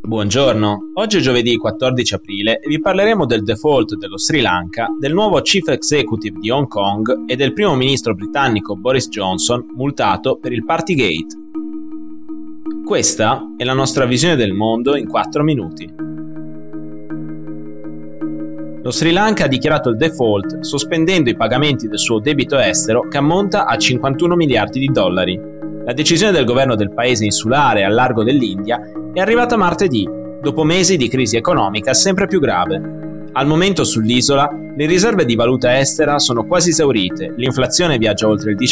Buongiorno, oggi è giovedì 14 aprile e vi parleremo del default dello Sri Lanka, del nuovo Chief Executive di Hong Kong e del primo ministro britannico Boris Johnson multato per il Partygate. Questa è la nostra visione del mondo in 4 minuti. Lo Sri Lanka ha dichiarato il default sospendendo i pagamenti del suo debito estero che ammonta a 51 miliardi di dollari. La decisione del governo del paese insulare al largo dell'India è arrivata martedì, dopo mesi di crisi economica sempre più grave. Al momento sull'isola le riserve di valuta estera sono quasi esaurite, l'inflazione viaggia oltre il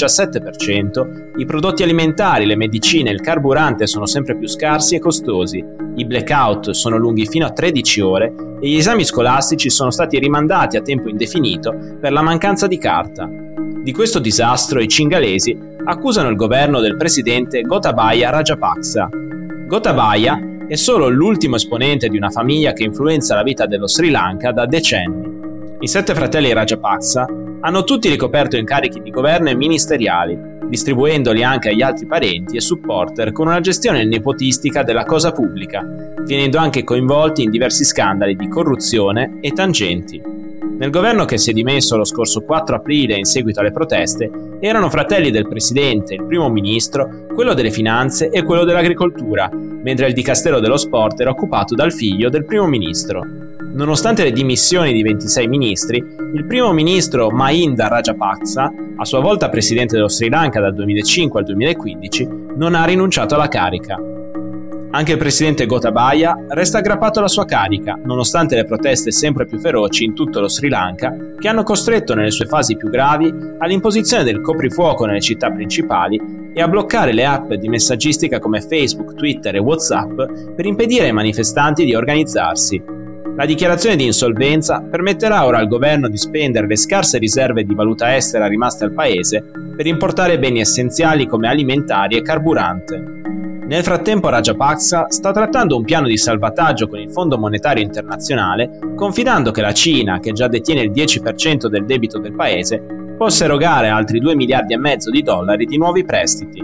17%, i prodotti alimentari, le medicine e il carburante sono sempre più scarsi e costosi, i blackout sono lunghi fino a 13 ore e gli esami scolastici sono stati rimandati a tempo indefinito per la mancanza di carta. Di questo disastro i cingalesi accusano il governo del presidente Gotabaya Rajapaksa. Gotabaya è solo l'ultimo esponente di una famiglia che influenza la vita dello Sri Lanka da decenni. I 7 fratelli Rajapaksa hanno tutti ricoperto incarichi di governo e ministeriali, distribuendoli anche agli altri parenti e supporter con una gestione nepotistica della cosa pubblica, finendo anche coinvolti in diversi scandali di corruzione e tangenti. Nel governo che si è dimesso lo scorso 4 aprile in seguito alle proteste erano fratelli del presidente, il primo ministro, quello delle finanze e quello dell'agricoltura, mentre il dicastero dello sport era occupato dal figlio del primo ministro. Nonostante le dimissioni di 26 ministri, il primo ministro Mahinda Rajapaksa, a sua volta presidente dello Sri Lanka dal 2005 al 2015, non ha rinunciato alla carica. Anche il presidente Gotabaya resta aggrappato alla sua carica, nonostante le proteste sempre più feroci in tutto lo Sri Lanka, che hanno costretto nelle sue fasi più gravi all'imposizione del coprifuoco nelle città principali e a bloccare le app di messaggistica come Facebook, Twitter e WhatsApp per impedire ai manifestanti di organizzarsi. La dichiarazione di insolvenza permetterà ora al governo di spendere le scarse riserve di valuta estera rimaste al paese per importare beni essenziali come alimentari e carburante. Nel frattempo Rajapaksa sta trattando un piano di salvataggio con il Fondo Monetario Internazionale, confidando che la Cina, che già detiene il 10% del debito del paese, possa erogare altri 2,5 miliardi di dollari di nuovi prestiti.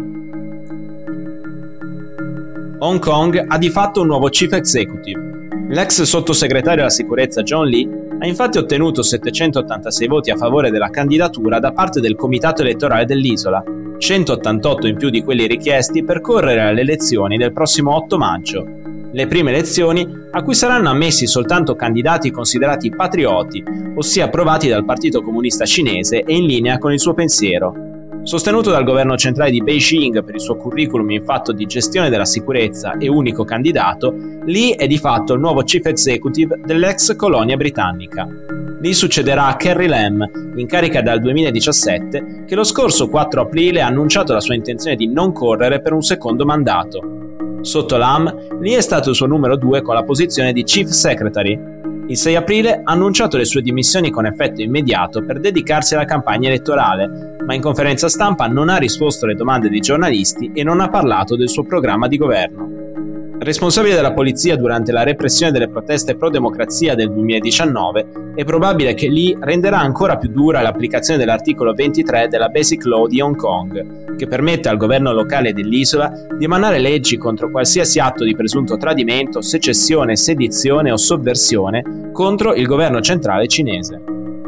Hong Kong ha di fatto un nuovo Chief Executive. L'ex sottosegretario alla sicurezza John Lee ha infatti ottenuto 786 voti a favore della candidatura da parte del comitato elettorale dell'isola, 188 in più di quelli richiesti per correre alle elezioni del prossimo 8 maggio. Le prime elezioni a cui saranno ammessi soltanto candidati considerati patrioti, ossia approvati dal Partito Comunista Cinese e in linea con il suo pensiero. Sostenuto dal governo centrale di Beijing per il suo curriculum in fatto di gestione della sicurezza e unico candidato, Lee è di fatto il nuovo chief executive dell'ex colonia britannica. Lee succederà a Carrie Lam, in carica dal 2017, che lo scorso 4 aprile ha annunciato la sua intenzione di non correre per un secondo mandato. Sotto Lam, Lee è stato il suo numero 2 con la posizione di Chief Secretary. Il 6 aprile ha annunciato le sue dimissioni con effetto immediato per dedicarsi alla campagna elettorale, ma in conferenza stampa non ha risposto alle domande dei giornalisti e non ha parlato del suo programma di governo. Responsabile della polizia durante la repressione delle proteste pro-democrazia del 2019, è probabile che Lee renderà ancora più dura l'applicazione dell'articolo 23 della Basic Law di Hong Kong, che permette al governo locale dell'isola di emanare leggi contro qualsiasi atto di presunto tradimento, secessione, sedizione o sovversione contro il governo centrale cinese.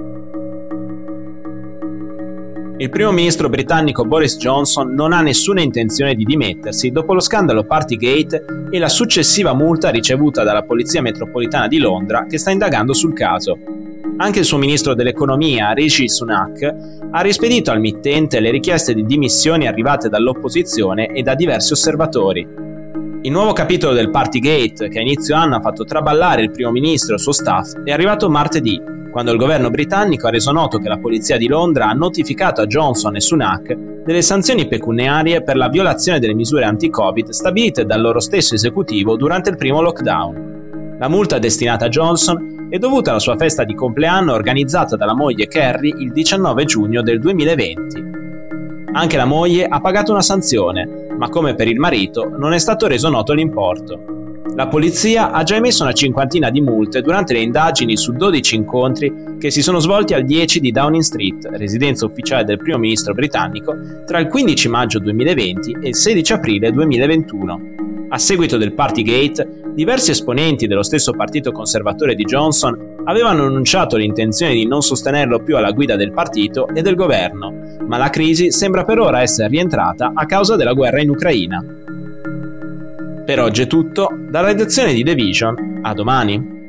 Il primo ministro britannico Boris Johnson non ha nessuna intenzione di dimettersi dopo lo scandalo Partygate e la successiva multa ricevuta dalla Polizia Metropolitana di Londra che sta indagando sul caso. Anche il suo ministro dell'economia, Rishi Sunak, ha rispedito al mittente le richieste di dimissioni arrivate dall'opposizione e da diversi osservatori. Il nuovo capitolo del Partygate, che a inizio anno ha fatto traballare il primo ministro e il suo staff, è arrivato martedì, quando il governo britannico ha reso noto che la polizia di Londra ha notificato a Johnson e Sunak delle sanzioni pecuniarie per la violazione delle misure anti-Covid stabilite dal loro stesso esecutivo durante il primo lockdown. La multa destinata a Johnson è dovuta alla sua festa di compleanno organizzata dalla moglie Carrie il 19 giugno del 2020. Anche la moglie ha pagato una sanzione, ma come per il marito non è stato reso noto l'importo. La polizia ha già emesso una cinquantina di multe durante le indagini su 12 incontri che si sono svolti al 10 di Downing Street, residenza ufficiale del primo ministro britannico, tra il 15 maggio 2020 e il 16 aprile 2021. A seguito del Partygate, diversi esponenti dello stesso partito conservatore di Johnson avevano annunciato l'intenzione di non sostenerlo più alla guida del partito e del governo, ma la crisi sembra per ora essere rientrata a causa della guerra in Ucraina. Per oggi è tutto, dalla redazione di The Vision, a domani.